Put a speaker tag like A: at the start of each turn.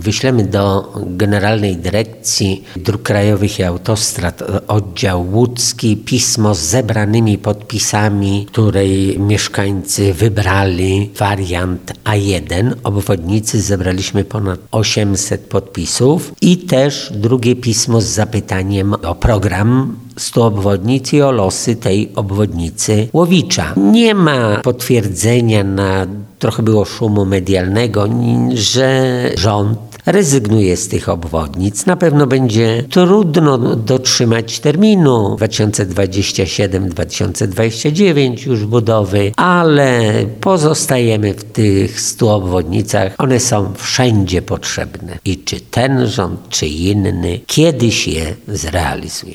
A: wyślemy do Generalnej Dyrekcji Dróg Krajowych i Autostrad, oddział łódzki, pismo z zebranymi podpisami, której mieszkańcy wybrali wariant A1 obwodnicy. Zebraliśmy ponad 800 podpisów i też drugie pismo z zapytaniem o program 100 obwodnic i o losy tej obwodnicy Łowicza. Nie ma potwierdzenia, trochę było szumu medialnego, że rząd rezygnuje z tych obwodnic. Na pewno będzie trudno dotrzymać terminu 2027-2029 już budowy, ale pozostajemy w tych 100 obwodnicach. One są wszędzie potrzebne. I czy ten rząd, czy inny kiedyś je zrealizuje.